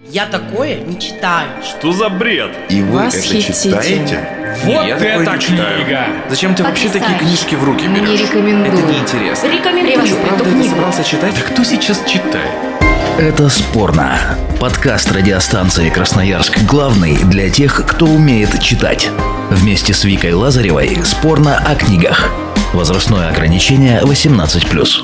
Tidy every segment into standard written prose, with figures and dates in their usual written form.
Я такое не читаю. Что за бред? И вы Восхитите. это читаете? Вот Я такое это не читаю. книга! Зачем ты вообще такие книжки в руки берешь? Не рекомендую. Это неинтересно. Рекомендую Что, эту правда, это книгу. собрался читать? Да кто сейчас читает? Это «Спорно». Подкаст радиостанции «Красноярск» главный для тех, кто умеет читать. Вместе с Викой Лазаревой «Спорно о книгах». Возрастное ограничение 18+.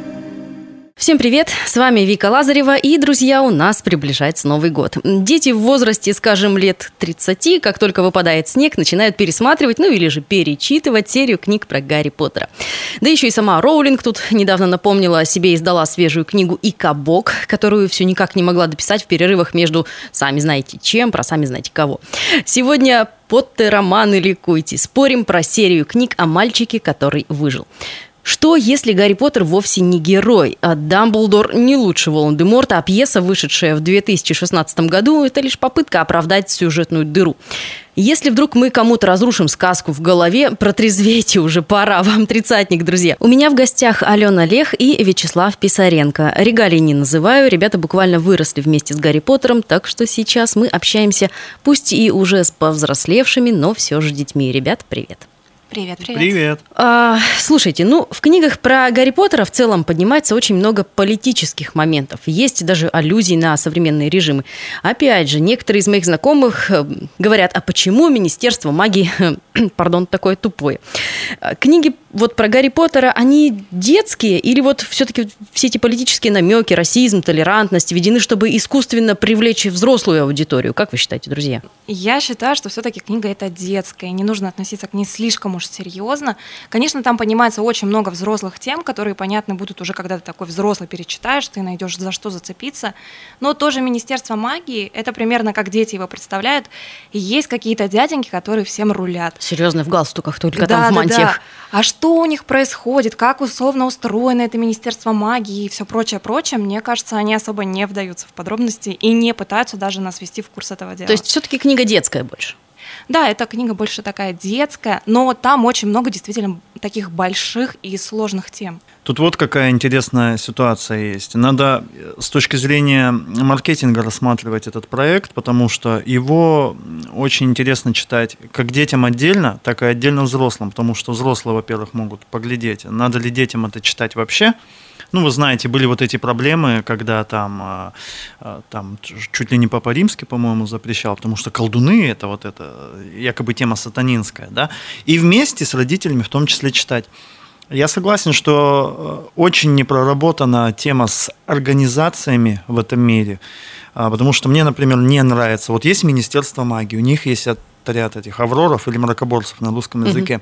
Всем привет, с вами Вика Лазарева, и, друзья, у нас приближается Новый год. Дети в возрасте, скажем, лет 30, как только выпадает снег, начинают пересматривать, ну или же перечитывать серию книг про Гарри Поттера. Да еще и сама Роулинг тут недавно напомнила о себе и издала свежую книгу «И Колобок», которую все никак не могла дописать в перерывах между сами знаете чем, про сами знаете кого. Сегодня Поттероманы ликуйте. Спорим про серию книг о мальчике, который выжил. Что, если Гарри Поттер вовсе не герой, а Дамблдор не лучше Волан-де-Морта, а пьеса, вышедшая в 2016 году, это лишь попытка оправдать сюжетную дыру? Если вдруг мы кому-то разрушим сказку в голове, протрезвейте уже, пора, вам тридцатник, друзья. У меня в гостях Алена Лех и Вячеслав Писаренко. Регалий не называю, ребята буквально выросли вместе с Гарри Поттером, так что сейчас мы общаемся, пусть и уже с повзрослевшими, но все же детьми. Ребят, привет. Привет. Привет. Слушайте, в книгах про Гарри Поттера в целом поднимается очень много политических моментов. Есть даже аллюзии на современные режимы. Опять же, некоторые из моих знакомых говорят, а почему Министерство магии, такое тупое? Книги вот про Гарри Поттера, они детские или вот все-таки все эти политические намеки, расизм, толерантность введены, чтобы искусственно привлечь взрослую аудиторию? Как вы считаете, друзья? Я считаю, что все-таки книга это детская, не нужно относиться к ней слишком уж серьезно. Конечно, там понимается очень много взрослых тем, которые понятны будут уже, когда ты такой взрослый перечитаешь, ты найдешь за что зацепиться. Но тоже Министерство магии, это примерно как дети его представляют. И есть какие-то дяденьки, которые всем рулят. Серьезно, в галстуках, только там в мантиях. Да. А что у них происходит, как условно устроено это Министерство магии и все прочее, мне кажется, они особо не вдаются в подробности и не пытаются даже нас ввести в курс этого дела. То есть все-таки книга детская больше? Да, эта книга больше такая детская, но там очень много действительно таких больших и сложных тем. Тут вот какая интересная ситуация есть. Надо с точки зрения маркетинга рассматривать этот проект, потому что его очень интересно читать как детям отдельно, так и отдельно взрослым, потому что взрослые, во-первых, могут поглядеть, надо ли детям это читать вообще. Вы знаете, были вот эти проблемы, когда там чуть ли не Папа Римский, по-моему, запрещал, потому что колдуны, это якобы тема сатанинская, да, и вместе с родителями в том числе читать. Я согласен, что очень непроработана тема с организациями в этом мире, потому что мне, например, не нравится. Вот есть Министерство магии, у них есть отряд этих авроров или мракоборцев на русском языке.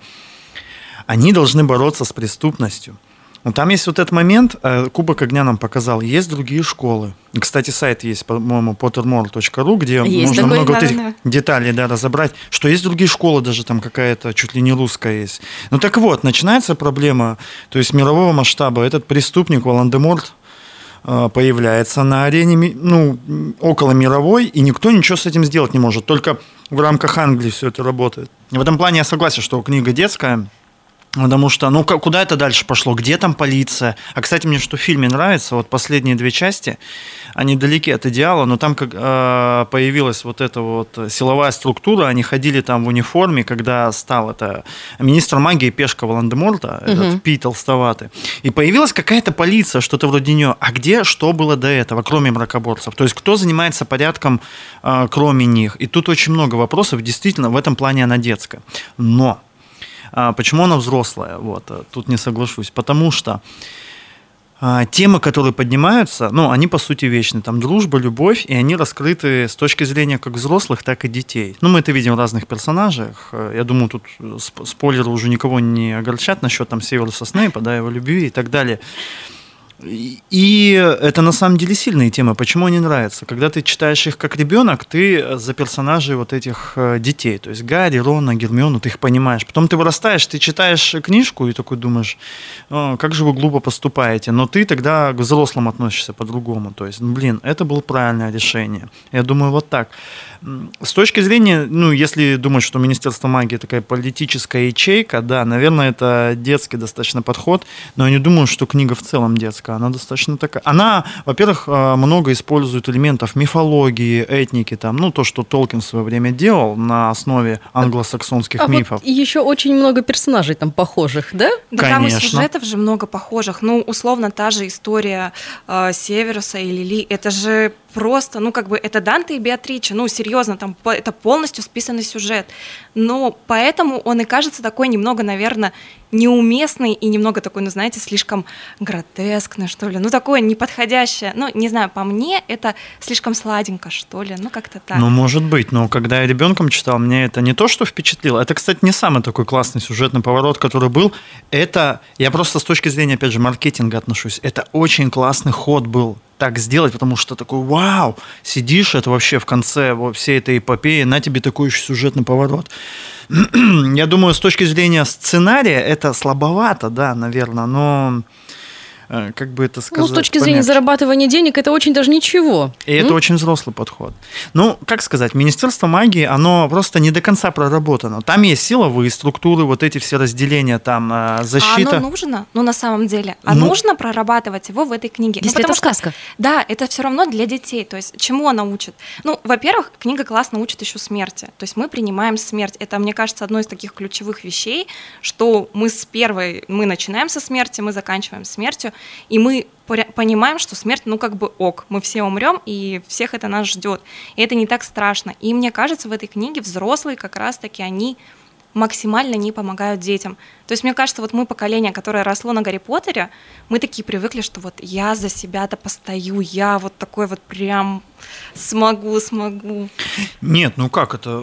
Они должны бороться с преступностью. Там есть вот этот момент, Кубок огня нам показал, есть другие школы. Кстати, сайт есть, по-моему, pottermore.ru, где есть можно много вот этих деталей разобрать, что есть другие школы, даже там какая-то чуть ли не русская есть. Так вот, начинается проблема, то есть мирового масштаба. Этот преступник Волан-де-Морт появляется на арене, около мировой, и никто ничего с этим сделать не может. Только в рамках Англии все это работает. В этом плане я согласен, что книга детская. Потому что, куда это дальше пошло? Где там полиция? А, кстати, мне что в фильме нравится, вот последние 2 части, они далеки от идеала, но там как появилась вот эта вот силовая структура, они ходили там в униформе, когда стал это министр магии пешка Волан-де-Морта, этот Пи толстоватый, и появилась какая-то полиция, что-то вроде нее. А где что было до этого, кроме мракоборцев? То есть кто занимается порядком, кроме них? И тут очень много вопросов, действительно, в этом плане она детская. Но почему она взрослая? Тут не соглашусь. Потому что темы, которые поднимаются, они по сути вечны. Там дружба, любовь, и они раскрыты с точки зрения как взрослых, так и детей. Мы это видим в разных персонажах. Я думаю, тут спойлеры уже никого не огорчат насчет там Северуса Снейпа, его любви и так далее. И это на самом деле сильные темы. Почему они нравятся? Когда ты читаешь их как ребенок, ты за персонажей вот этих детей, то есть Гарри, Рона, Гермиону, ты их понимаешь. Потом ты вырастаешь, ты читаешь книжку и такой думаешь, как же вы глупо поступаете. Но ты тогда к взрослым относишься по-другому. То есть, это было правильное решение. Я думаю, вот так. С точки зрения, если думать, что Министерство магии такая политическая ячейка, да, наверное, это детский достаточно подход, но я не думаю, что книга в целом детская. детская, она достаточно такая. Она, во-первых, много использует элементов мифологии, этники, там, ну, то, что Толкин в свое время делал на основе англосаксонских мифов. Вот еще очень много персонажей там похожих, да? Да, там и Конечно. сюжетов же много похожих. Ну, условно, та же история Северуса и Лили, это же просто, ну, как бы, это Данте и Беатриче, ну, серьезно, там это полностью списанный сюжет. Но поэтому он и кажется такой немного, наверное, неуместный и немного такой, ну, знаете, слишком гротескный, что ли, ну, такое неподходящее. Ну, не знаю, по мне это слишком сладенько, что ли, ну, как-то так. Ну, может быть, но когда я ребенком читал, мне это не то, что впечатлило. Это, кстати, не самый такой классный сюжетный поворот, который был. Это, я просто с точки зрения, опять же, маркетинга отношусь. Это очень классный ход был так сделать, потому что такой, вау, сидишь, это вообще в конце всей этой эпопеи, на тебе такой еще сюжетный поворот. Я думаю, с точки зрения сценария это слабовато, да, наверное, но как бы это сказать? Ну, с точки зрения зарабатывания денег, это очень даже ничего. И это очень взрослый подход. Ну, как сказать, Министерство магии, оно просто не до конца проработано. Там есть силовые структуры, вот эти все разделения, там защита. А оно нужно? Ну, на самом деле. А нужно прорабатывать его в этой книге? Если это сказка. Да, это все равно для детей. То есть, чему она учит? Ну, во-первых, книга классно учит еще смерти. То есть, мы принимаем смерть. Это, мне кажется, одно из таких ключевых вещей, что мы начинаем со смерти, мы заканчиваем смертью, и мы понимаем, что смерть, ну, как бы ок, мы все умрем, и всех это нас ждет. И это не так страшно. И мне кажется, в этой книге взрослые как раз-таки они максимально не помогают детям. То есть, мне кажется, вот мы поколение, которое росло на Гарри Поттере, мы такие привыкли, что вот я за себя-то постою, я вот такой вот прям смогу. Нет, ну как это?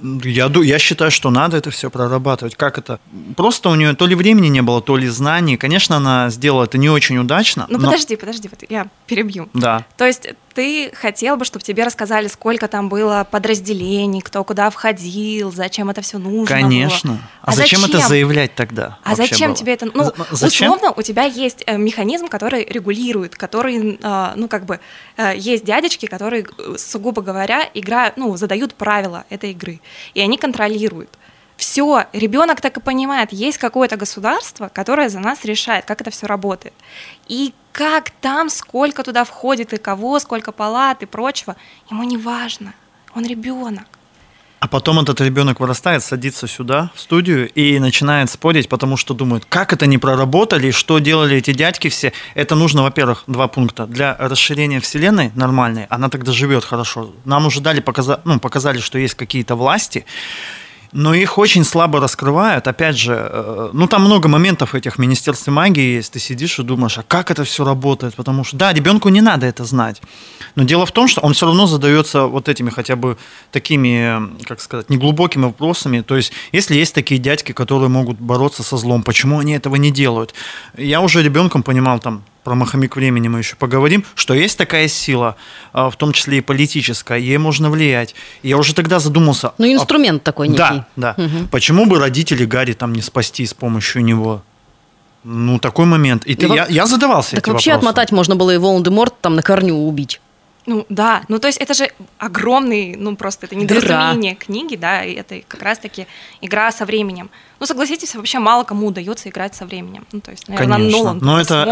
Я считаю, что надо это все прорабатывать. Как это? Просто у нее то ли времени не было, то ли знаний. Конечно, она сделала это не очень удачно. Ну, подожди, вот я перебью. Да. То есть ты хотел бы, чтобы тебе рассказали, сколько там было подразделений, кто куда входил, зачем это все нужно Конечно. было. А зачем это заявлять тогда? А зачем было? тебе это? Ну, зачем? условно, у тебя есть механизм, который регулирует, который, ну, как бы, есть дядечки, которые, сугубо говоря, играют, ну, задают правила этой игры, и они контролируют. Все, ребенок так и понимает, есть какое-то государство, которое за нас решает, как это все работает. И как там, сколько туда входит, и кого, сколько палат и прочего, ему не важно, он ребенок. А потом этот ребенок вырастает, садится сюда, в студию, и начинает спорить, потому что думает, как это не проработали, что делали эти дядьки все. Это нужно, во-первых, 2 пункта. Для расширения вселенной нормальной, она тогда живет хорошо. Нам уже показали, что есть какие-то власти, но их очень слабо раскрывают. Опять же, ну там много моментов этих в Министерстве магии есть. Ты сидишь и думаешь, а как это все работает? Потому что, да, ребенку не надо это знать. Но дело в том, что он все равно задается вот этими хотя бы такими, как сказать, неглубокими вопросами. То есть, если есть такие дядьки, которые могут бороться со злом, почему они этого не делают? Я уже ребенком понимал там, про маховик времени мы еще поговорим, что есть такая сила, в том числе и политическая, ей можно влиять. И я уже тогда задумался... Ну, инструмент такой некий. Да. Угу. Почему бы родители Гарри там не спасти с помощью него? Ну, такой момент. И я задавался этим вопросом. Так вообще отмотать можно было и Волан-де-Морт там на корню убить. Ну да, ну то есть это же огромный, ну просто это недоразумение книги, да, и это как раз-таки игра со временем. Ну согласитесь, вообще мало кому удается играть со временем. Ну то есть, наверное, Нолан. Но это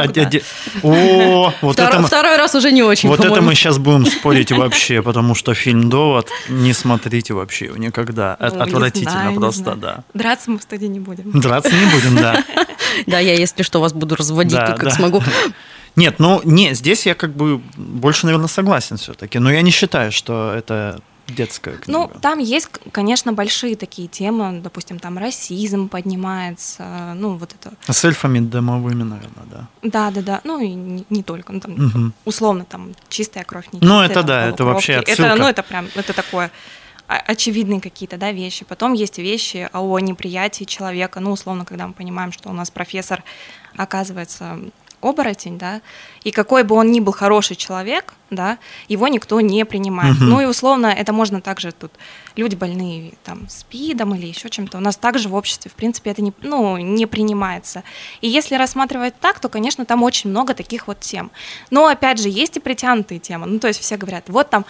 второй раз уже не очень. Вот это мы сейчас будем спорить вообще, потому что фильм «Довод» не смотрите вообще его никогда. Отвратительно просто, да. Драться мы в студии не будем. Драться не будем, да. Да, я, если что, вас буду разводить тут как смогу. Нет, здесь я как бы больше, наверное, согласен все-таки. Но я не считаю, что это детская книга. Ну, там есть, конечно, большие такие темы. Допустим, там расизм поднимается, ну, вот это... С эльфами домовыми, наверное, да. Да. Ну, и не только. Ну, там, условно, там, чистая кровь, не чистая. Ну, это да, это вообще отсылка. Это такое... очевидные какие-то, да, вещи. Потом есть вещи о неприятии человека. Ну, условно, когда мы понимаем, что у нас профессор оказывается... оборотень, да, и какой бы он ни был хороший человек, да, его никто не принимает. Ну и условно это можно также тут, люди больные там СПИДом или еще чем-то, у нас также в обществе, в принципе, это не принимается. И если рассматривать так, то, конечно, там очень много таких вот тем. Но, опять же, есть и притянутые темы. Ну, то есть все говорят, вот там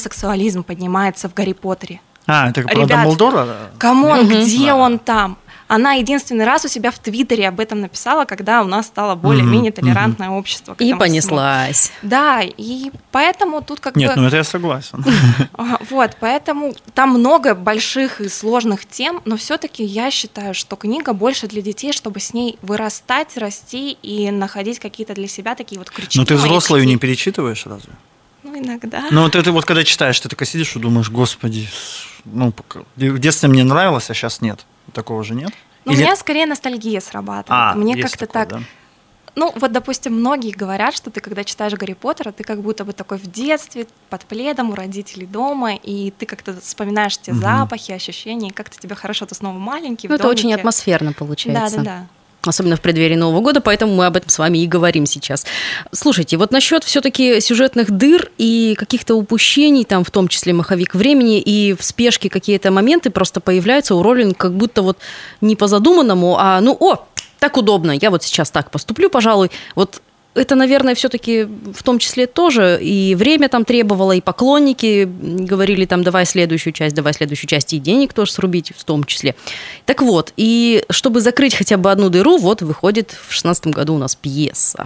гомосексуализм поднимается в Гарри Поттере. Это про Дамблдора? Камон, где он там? Она единственный раз у себя в Твиттере об этом написала, когда у нас стало более-менее толерантное общество. И понеслась. Да, и поэтому тут как Нет, бы... ну это я согласен. Вот, поэтому там много больших и сложных тем, но все-таки я считаю, что книга больше для детей, чтобы с ней вырастать, расти и находить какие-то для себя такие вот крючки. Ну ты взрослую не перечитываешь разве? Ну, иногда. Ну вот это вот когда читаешь, ты такой сидишь и думаешь, господи, ну в детстве мне нравилось, а сейчас нет. Такого же нет? Ну, у меня скорее ностальгия срабатывает. Мне как-то такое, так... Да? Ну, вот, допустим, многие говорят, что ты, когда читаешь Гарри Поттера, ты как будто бы такой в детстве, под пледом у родителей дома, и ты как-то вспоминаешь те запахи, ощущения, и как-то тебе хорошо, ты снова маленький, Ну, это очень атмосферно получается. Да. Особенно в преддверии Нового года, поэтому мы об этом с вами и говорим сейчас. Слушайте, вот насчет все-таки сюжетных дыр и каких-то упущений, там, в том числе «Маховик времени», и в спешке какие-то моменты просто появляются у Роллинг как будто вот не по задуманному, а так удобно, я вот сейчас так поступлю, пожалуй. Вот это, наверное, все-таки в том числе тоже и время там требовало, и поклонники говорили там давай следующую часть, и денег тоже срубить в том числе. Так вот, и чтобы закрыть хотя бы одну дыру, вот выходит в 2016 году у нас пьеса.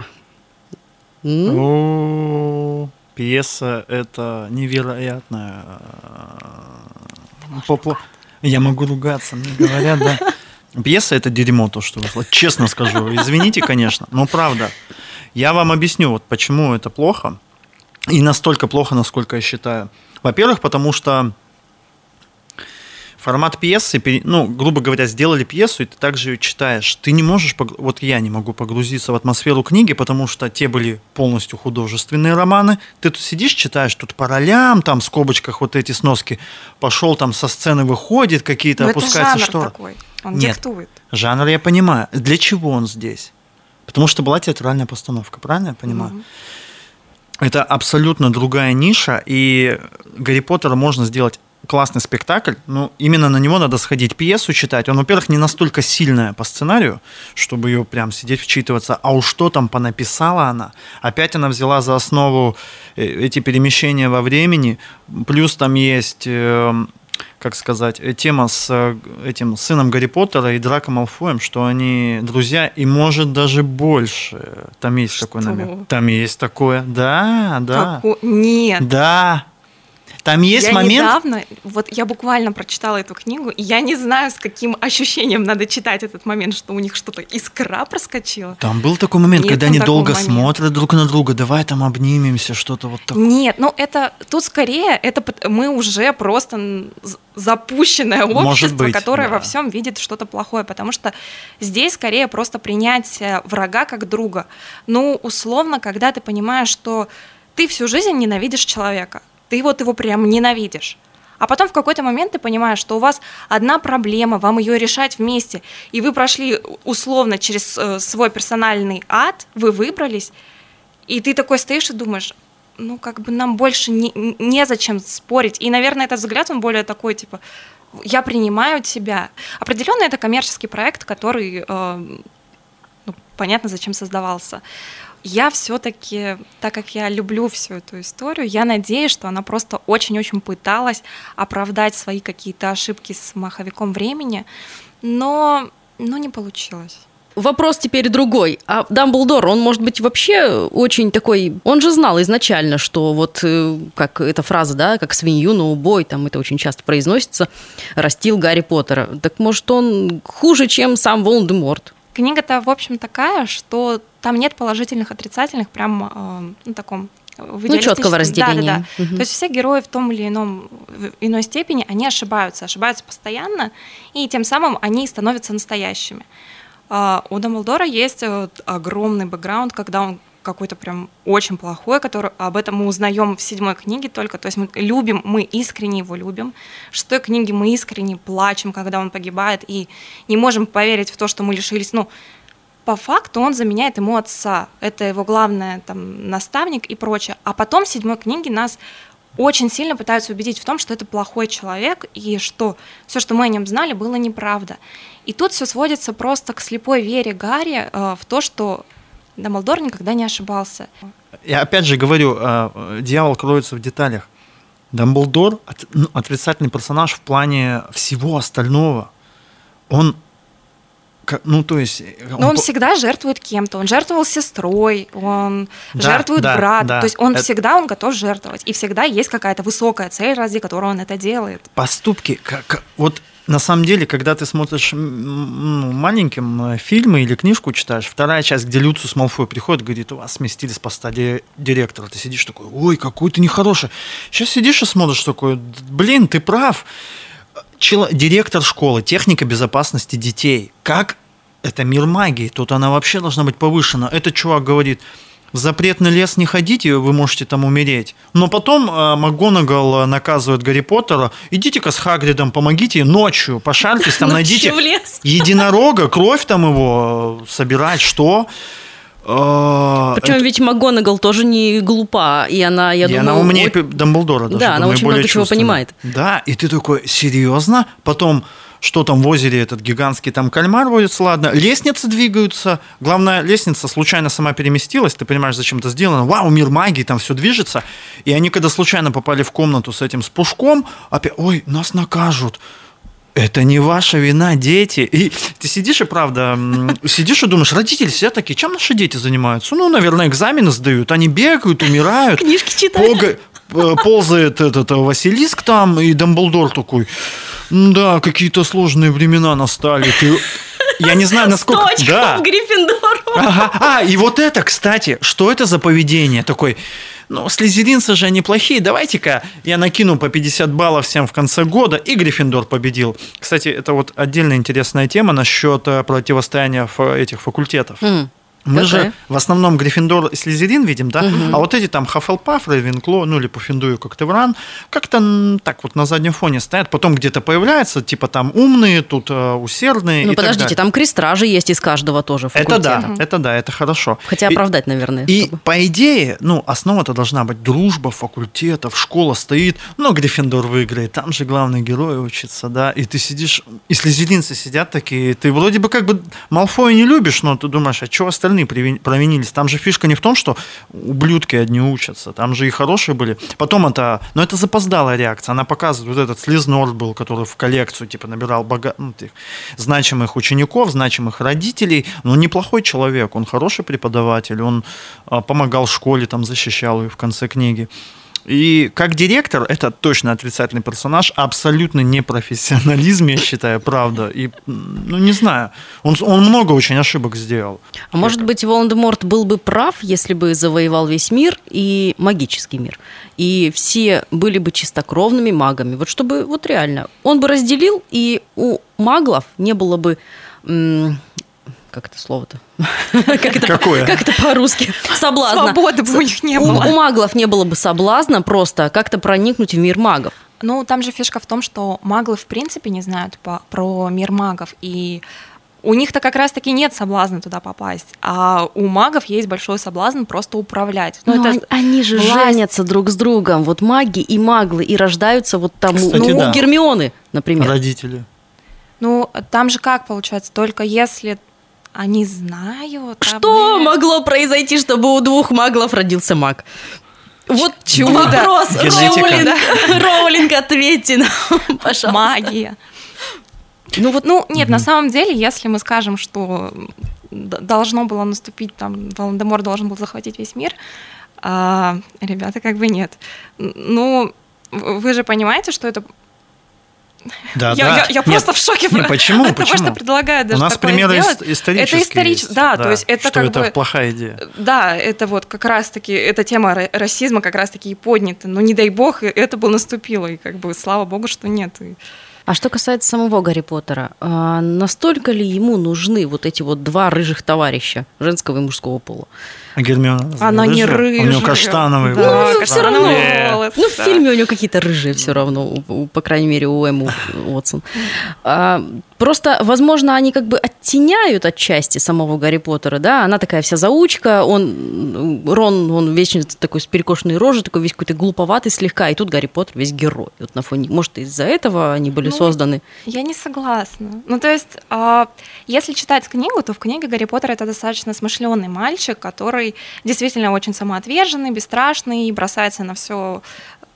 Пьеса – это невероятная... Я могу ругаться, мне говорят, да. Пьеса – это дерьмо, то, что вышло. Честно скажу. Извините, конечно, но правда. Я вам объясню, вот почему это плохо. И настолько плохо, насколько я считаю. Во-первых, потому что формат пьесы, грубо говоря, сделали пьесу, и ты также ее читаешь. Ты не можешь, вот я не могу погрузиться в атмосферу книги, потому что те были полностью художественные романы. Ты тут сидишь, читаешь, тут по ролям, там в скобочках вот эти сноски. Пошел там со сцены, выходит, какие-то но опускаются это шторы. Такой. Он Нет, диктует. Жанр я понимаю. Для чего он здесь? Потому что была театральная постановка, правильно я понимаю? Это абсолютно другая ниша, и Гарри Поттера можно сделать классный спектакль, но именно на него надо сходить, пьесу читать. Он, во-первых, не настолько сильная по сценарию, чтобы ее прям сидеть вчитываться, а уж что там понаписала она. Опять она взяла за основу эти перемещения во времени, плюс там есть... как сказать, тема с этим сыном Гарри Поттера и Драко Малфоем, что они друзья, и может даже больше. Там есть такой намек. Там есть такое. Да. Нет. Да. Там есть момент... Недавно, вот я буквально прочитала эту книгу, и я не знаю, с каким ощущением надо читать этот момент, что у них что-то искра проскочила. Там был такой момент, когда они долго смотрят друг на друга, давай там обнимемся, что-то вот такое. Нет, это тут скорее, мы уже просто запущенное общество, которое во всем видит что-то плохое, потому что здесь скорее просто принятие врага как друга. Условно, когда ты понимаешь, что ты всю жизнь ненавидишь человека, ты вот его прям ненавидишь. А потом в какой-то момент ты понимаешь, что у вас одна проблема, вам ее решать вместе, и вы прошли условно через свой персональный ад, вы выбрались, и ты такой стоишь и думаешь, нам больше незачем спорить. И, наверное, этот взгляд, он более такой, типа, я принимаю тебя. Определенно это коммерческий проект, который, понятно, зачем создавался. Я все-таки, так как я люблю всю эту историю, я надеюсь, что она просто очень-очень пыталась оправдать свои какие-то ошибки с маховиком времени, но не получилось. Вопрос теперь другой. А Дамблдор, он, может быть, вообще очень такой... Он же знал изначально, что вот как эта фраза, да, как свинью на убой, там это очень часто произносится, растил Гарри Поттера. Так может, он хуже, чем сам Волан-де-Морт? Книга-то, в общем, такая, что там нет положительных, отрицательных, прям таком... четкого разделения. Да. То есть все герои в том или иной степени, они ошибаются постоянно, и тем самым они становятся настоящими. У Дамблдора есть огромный бэкграунд, когда он какой-то прям очень плохой, который об этом мы узнаем в 7 книге только. То есть мы искренне его любим. В 6 книге мы искренне плачем, когда он погибает, и не можем поверить в то, что мы лишились. По факту он заменяет ему отца. Это его главный наставник и прочее. А потом в 7 книге нас очень сильно пытаются убедить в том, что это плохой человек, и что все, что мы о нем знали, было неправда. И тут все сводится просто к слепой вере Гарри в то, что Дамблдор никогда не ошибался. Я опять же говорю, дьявол кроется в деталях. Дамблдор отрицательный персонаж в плане всего остального. Он то есть... Но он всегда жертвует кем-то. Он жертвовал сестрой, он Да, жертвует да, братом. да. То есть он Это- всегда он готов жертвовать. И всегда есть какая-то высокая цель, ради которой он это делает. Поступки, вот на самом деле, когда ты смотришь маленьким фильмы или книжку читаешь, вторая часть, где Люциус Малфой приходит, говорит, у вас сместили с поста директора, ты сидишь такой, ой, какой ты нехороший. Сейчас сидишь и смотришь такой, блин, ты прав. Директор школы, техника безопасности детей. Как это мир магии? Тут она вообще должна быть повышена. Этот чувак говорит, в запретный лес не ходите, вы можете там умереть. Но потом МакГонагал наказывает Гарри Поттера, идите-ка с Хагридом, помогите ночью, пошарьтесь, там найдите Ночью в лес. единорога, кровь там его собирать, что? Причем ведь МакГонагал тоже не глупа, и она, я думаю... она умнее Дамблдора даже. Да, она думаю, очень более много чего чувственная. понимает. Да, и ты такой, серьезно? Потом, что там в озере этот гигантский там кальмар водится, ладно. Лестницы двигаются. Главное, лестница случайно сама переместилась. Ты понимаешь, зачем это сделано. Вау, мир магии, там все движется. И они, когда случайно попали в комнату с этим, с пушком, опять, ой, нас накажут. Это не ваша вина, дети. И ты сидишь и, правда, сидишь и думаешь, родители все такие, чем наши дети занимаются? Ну, наверное, экзамены сдают. Они бегают, умирают. Книжки читают. Ползает этот Василиск там, и Дамблдор такой, да, какие-то сложные времена настали. Я не знаю, насколько... С точком в Гриффиндору. Ага. И вот это, кстати, что это за поведение? Такой, слизеринцы же они плохие, давайте-ка я накину по 50 баллов всем в конце года, и Гриффиндор победил. Кстати, это вот отдельно интересная тема насчет противостояния этих факультетов. Мы же в основном Гриффиндор и Слизерин видим, да? А вот эти там Хаффлпаф, Рейвенкло, или Пуффендуй, Когтевран, как-то так вот на заднем фоне стоят, потом где-то появляются, типа там умные, тут усердные. Ну, подождите, там крестражи есть из каждого тоже факультета. Это да, это хорошо. Хотя оправдать, наверное. И чтобы... по идее, основа-то должна быть дружба факультетов, школа стоит, Гриффиндор выиграет, там же главный герой учится, да, и ты сидишь, и слизеринцы сидят такие, ты вроде бы как бы Малфоя не любишь, но ты думаешь, а что остальные провинились? Там же фишка не в том, что ублюдки одни учатся, там же и хорошие были. Потом это запоздалая реакция, она показывает, вот этот Слизнорд был, который в коллекцию типа набирал значимых учеников, значимых родителей, но неплохой человек, он хороший преподаватель, он помогал школе, там защищал ее в конце книги. И как директор, это точно отрицательный персонаж, абсолютно непрофессионализм, я считаю, правда. И, не знаю, он много очень ошибок сделал. А может быть, Волан-де-Морт был бы прав, если бы завоевал весь мир и магический мир, и все были бы чистокровными магами. Вот чтобы, вот реально, он бы разделил, и у маглов не было бы... Как это слово-то? Какое? Как это по-русски? Соблазна. Свободы бы у них не было. У маглов не было бы соблазна просто как-то проникнуть в мир магов. Ну, там же фишка в том, что маглы в принципе не знают про мир магов, и у них-то как раз-таки нет соблазна туда попасть, а у магов есть большой соблазн просто управлять. Они же женятся друг с другом, вот маги и маглы, и рождаются вот там у Гермионы, например. Родители. Там же как получается, только если... Они знают. Что могло произойти, чтобы у двух маглов родился маг? Вот вопрос. Роулинг, ответьте нам, пожалуйста. Магия. Нет, на самом деле, если мы скажем, что должно было наступить, там, Волан-де-Морт должен был захватить весь мир, ребята, как бы нет. Вы же понимаете, что это... Я просто в шоке почему? от того, что предлагают даже у нас такое примеры сделать. исторические Это исторически, да, то есть это что как это бы... плохая идея. Да, это вот как раз-таки, эта тема расизма как раз-таки и поднята, но не дай бог, это бы наступило, и как бы слава богу, что нет. А что касается самого Гарри Поттера, настолько ли ему нужны вот эти вот два рыжих товарища, женского и мужского пола? А Гермиона? Она не рыжая. У нее каштановый волос. Все равно. волос. В фильме у нее какие-то рыжие все равно, по крайней мере, у Эммы Уотсон. Просто, возможно, они как бы оттеняют отчасти самого Гарри Поттера, да? Она такая вся заучка, Рон, он вечно такой с перекошенной рожей, такой весь какой-то глуповатый слегка, и тут Гарри Поттер весь герой. Вот на фоне, может, из-за этого они были созданы? Я не согласна. То есть, если читать книгу, то в книге Гарри Поттер это достаточно смышленый мальчик, который действительно очень самоотверженный, бесстрашный, бросается на все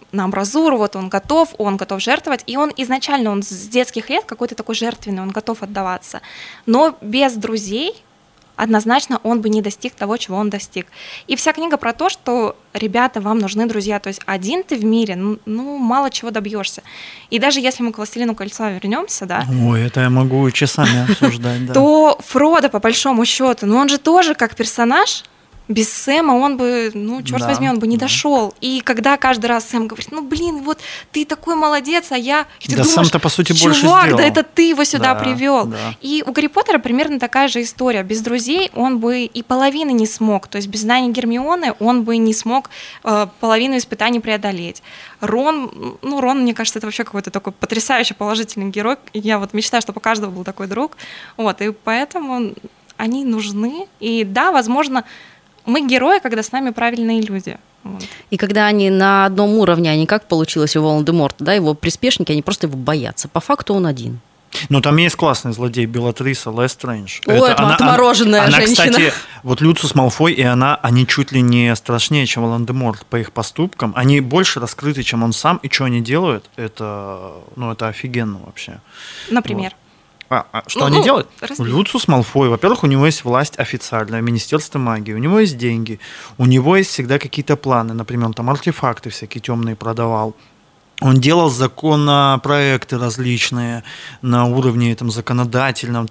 на амбразуру, вот он готов жертвовать, и он изначально, он с детских лет какой-то такой жертвенный, он готов отдаваться, но без друзей однозначно он бы не достиг того, чего он достиг. И вся книга про то, что, ребята, вам нужны друзья, то есть один ты в мире, ну мало чего добьешься. И даже если мы к «Властелину кольца» вернемся, да. Ой, это я могу часами обсуждать, да. То Фродо, по большому счету, он же тоже как персонаж. Без Сэма он бы, черт возьми, он бы не дошел. И когда каждый раз Сэм говорит, вот ты такой молодец, а я... И ты думаешь, сам-то, по сути, больше чувак, сделал. да это ты его сюда привел. Да. И у Гарри Поттера примерно такая же история. Без друзей он бы и половины не смог. То есть без знаний Гермионы он бы не смог половину испытаний преодолеть. Рон, мне кажется, это вообще какой-то такой потрясающий положительный герой. Я вот мечтаю, чтобы у каждого был такой друг. И поэтому они нужны. И да, возможно, мы герои, когда с нами правильные люди. И когда они на одном уровне, а не как получилось у Волан-де-Морта, да, его приспешники, они просто его боятся. По факту он один. Но там есть классный злодей Белатриса Лестрейндж. Ой, это отмороженная женщина. Она, кстати, вот Люциус Малфой и они чуть ли не страшнее, чем Волан-де-Морт по их поступкам. Они больше раскрыты, чем он сам. И что они делают, это офигенно вообще. Например? Что они делают? Люциус Малфой, во-первых, у него есть власть официальная, Министерство магии, у него есть деньги, у него есть всегда какие-то планы, например, он там артефакты всякие темные продавал. Он делал законопроекты различные на уровне законодательном,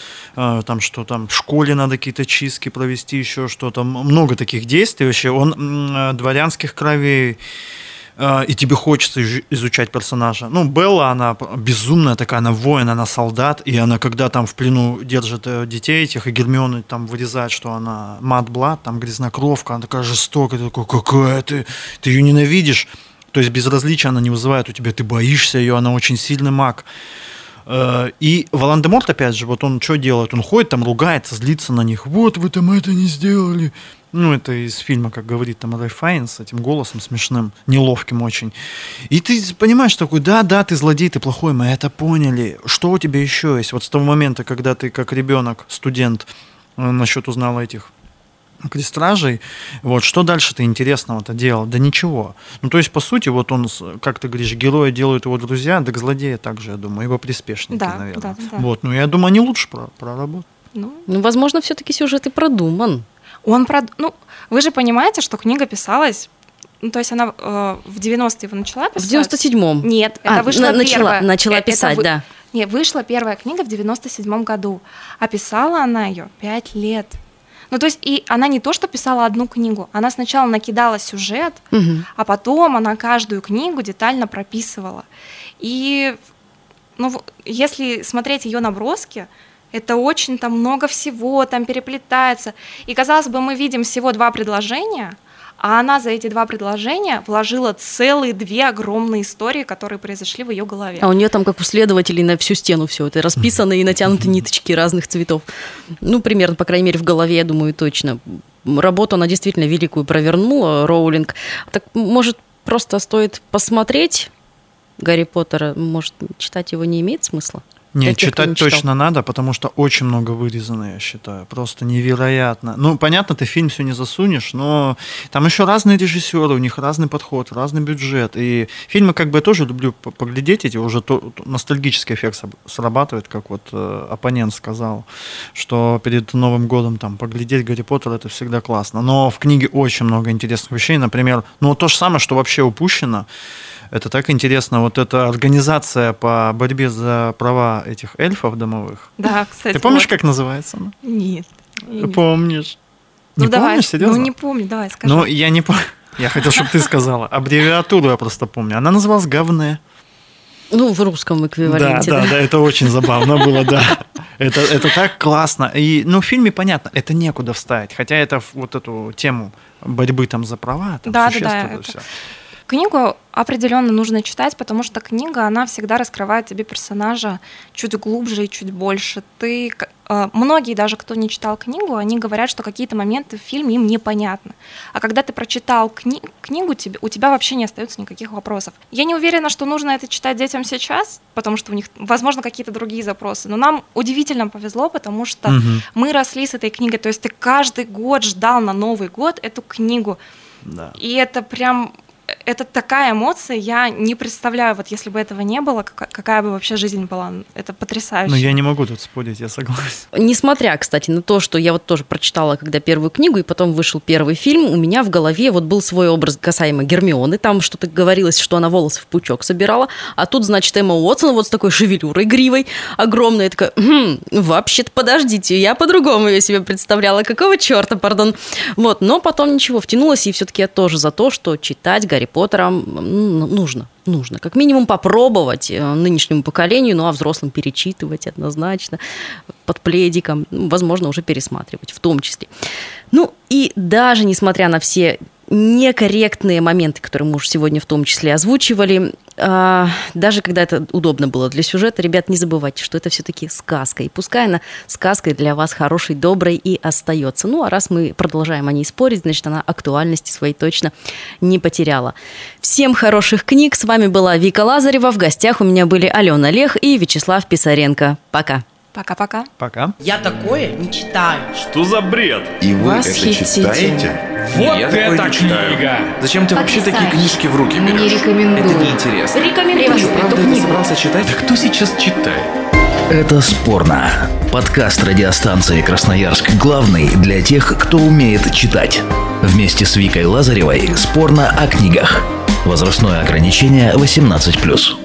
в школе надо какие-то чистки провести, еще что-то. Много таких действий вообще. Он дворянских кровей. И тебе хочется изучать персонажа. Белла, она безумная такая, она воин, она солдат, и она, когда там в плену держит детей этих, и Гермиона там вырезает, что она мат-блад, там грязнокровка, она такая жестокая, ты такой, какая ты ее ненавидишь. То есть безразличия она не вызывает у тебя, ты боишься ее, она очень сильный маг. И Волан-де-Морт, опять же, вот он что делает? Он ходит там, ругается, злится на них. Вот вы там это не сделали. Это из фильма, как говорит там Рэй Файнс, с этим голосом смешным, неловким очень. И ты понимаешь такой, да, ты злодей, ты плохой, мы это поняли. Что у тебя еще есть? Вот с того момента, когда ты как ребенок, студент, насчет узнал этих крестражей, что дальше-то интересного-то делал? Да ничего. То есть, по сути, вот он, как ты говоришь, героя делают его друзья, так злодея также, я думаю, его приспешники, наверное. Да. Я думаю, они лучше проработают. Возможно, все-таки сюжет и продуман. Вы же понимаете, что книга писалась, то есть она в 90-е его начала писать. В 97-м? Нет, это вышла первая. Начала писать, да. Нет, вышла первая книга в 97-м году, а писала она ее 5 лет. То есть и она не то, что писала одну книгу, она сначала накидала сюжет, а потом она каждую книгу детально прописывала. И если смотреть ее наброски, это очень там много всего, там переплетается. И, казалось бы, мы видим всего 2 предложения, а она за эти 2 предложения вложила целые 2 огромные истории, которые произошли в ее голове. А у нее там, как у следователей, на всю стену все это расписано и натянуты ниточки разных цветов. Примерно, по крайней мере, в голове, я думаю, точно. Работу она действительно великую провернула, Роулинг. Так, может, просто стоит посмотреть Гарри Поттера? Может, читать его не имеет смысла? Нет, читать точно надо, потому что очень много вырезано, я считаю. Просто невероятно. Понятно, ты фильм все не засунешь, но там еще разные режиссеры, у них разный подход, разный бюджет. И фильмы я тоже люблю поглядеть, эти уже ностальгический эффект срабатывает, как оппонент сказал, что перед Новым годом поглядеть Гарри Поттер — это всегда классно. Но в книге очень много интересных вещей. Например, то же самое, что вообще упущено. Это так интересно, эта организация по борьбе за права этих эльфов домовых. Да, кстати. Ты помнишь, как называется она? Нет. Помнишь? Не давай, помнишь, серьезно? не помню, давай, скажи. Я не помню. Я хотел, чтобы ты сказала. Аббревиатуру я просто помню. Она называлась «Говне». В русском эквиваленте. Да, это очень забавно было, да. Это так классно. И, в фильме понятно, это некуда вставить. Хотя это эту тему борьбы за права, существует все. Книгу определенно нужно читать, потому что книга, она всегда раскрывает тебе персонажа чуть глубже и чуть больше. Многие, даже кто не читал книгу, они говорят, что какие-то моменты в фильме им непонятны. А когда ты прочитал книгу, у тебя вообще не остается никаких вопросов. Я не уверена, что нужно это читать детям сейчас, потому что у них, возможно, какие-то другие запросы. Но нам удивительно повезло, потому что мы росли с этой книгой. То есть ты каждый год ждал на Новый год эту книгу. Да. И это прям... это такая эмоция, я не представляю, вот если бы этого не было, какая бы вообще жизнь была. Это потрясающе. Но я не могу тут спорить, я согласен. Несмотря, кстати, на то, что я вот тоже прочитала, когда первую книгу, и потом вышел первый фильм, у меня в голове вот был свой образ касаемо Гермионы. Там что-то говорилось, что она волосы в пучок собирала, а тут, значит, Эмма Уотсон вот с такой шевелюрой гривой огромной. Я такая, вообще-то подождите, я по-другому ее себе представляла. Какого черта, пардон. Вот, но потом ничего, втянулась, и все-таки я тоже за то, что читать Гарри Поттера нужно. Как минимум попробовать нынешнему поколению, ну а взрослым перечитывать однозначно, под пледиком, возможно, уже пересматривать в том числе. Ну и даже несмотря на все некорректные моменты, которые мы уже сегодня в том числе озвучивали, даже когда это удобно было для сюжета, ребят, не забывайте, что это все-таки сказка. И пускай она сказкой для вас хорошей, доброй и остается. Ну, а раз мы продолжаем о ней спорить, значит, она актуальности своей точно не потеряла. Всем хороших книг. С вами была Вика Лазарева. В гостях у меня были Алена Лех и Вячеслав Писаренко. Пока. Пока-пока. Пока. Я такое не читаю. Что за бред? И вы это Восхитительно. читаете? Вот Я такое это не читаю. книга! Зачем ты вообще такие книжки в руки берешь? Не рекомендую. Это неинтересно. Рекомендую Правда, эту это книгу. собрался читать? Да кто сейчас читает? Это «Спорно». Подкаст радиостанции «Красноярск» главный для тех, кто умеет читать. Вместе с Викой Лазаревой «Спорно о книгах». Возрастное ограничение 18+.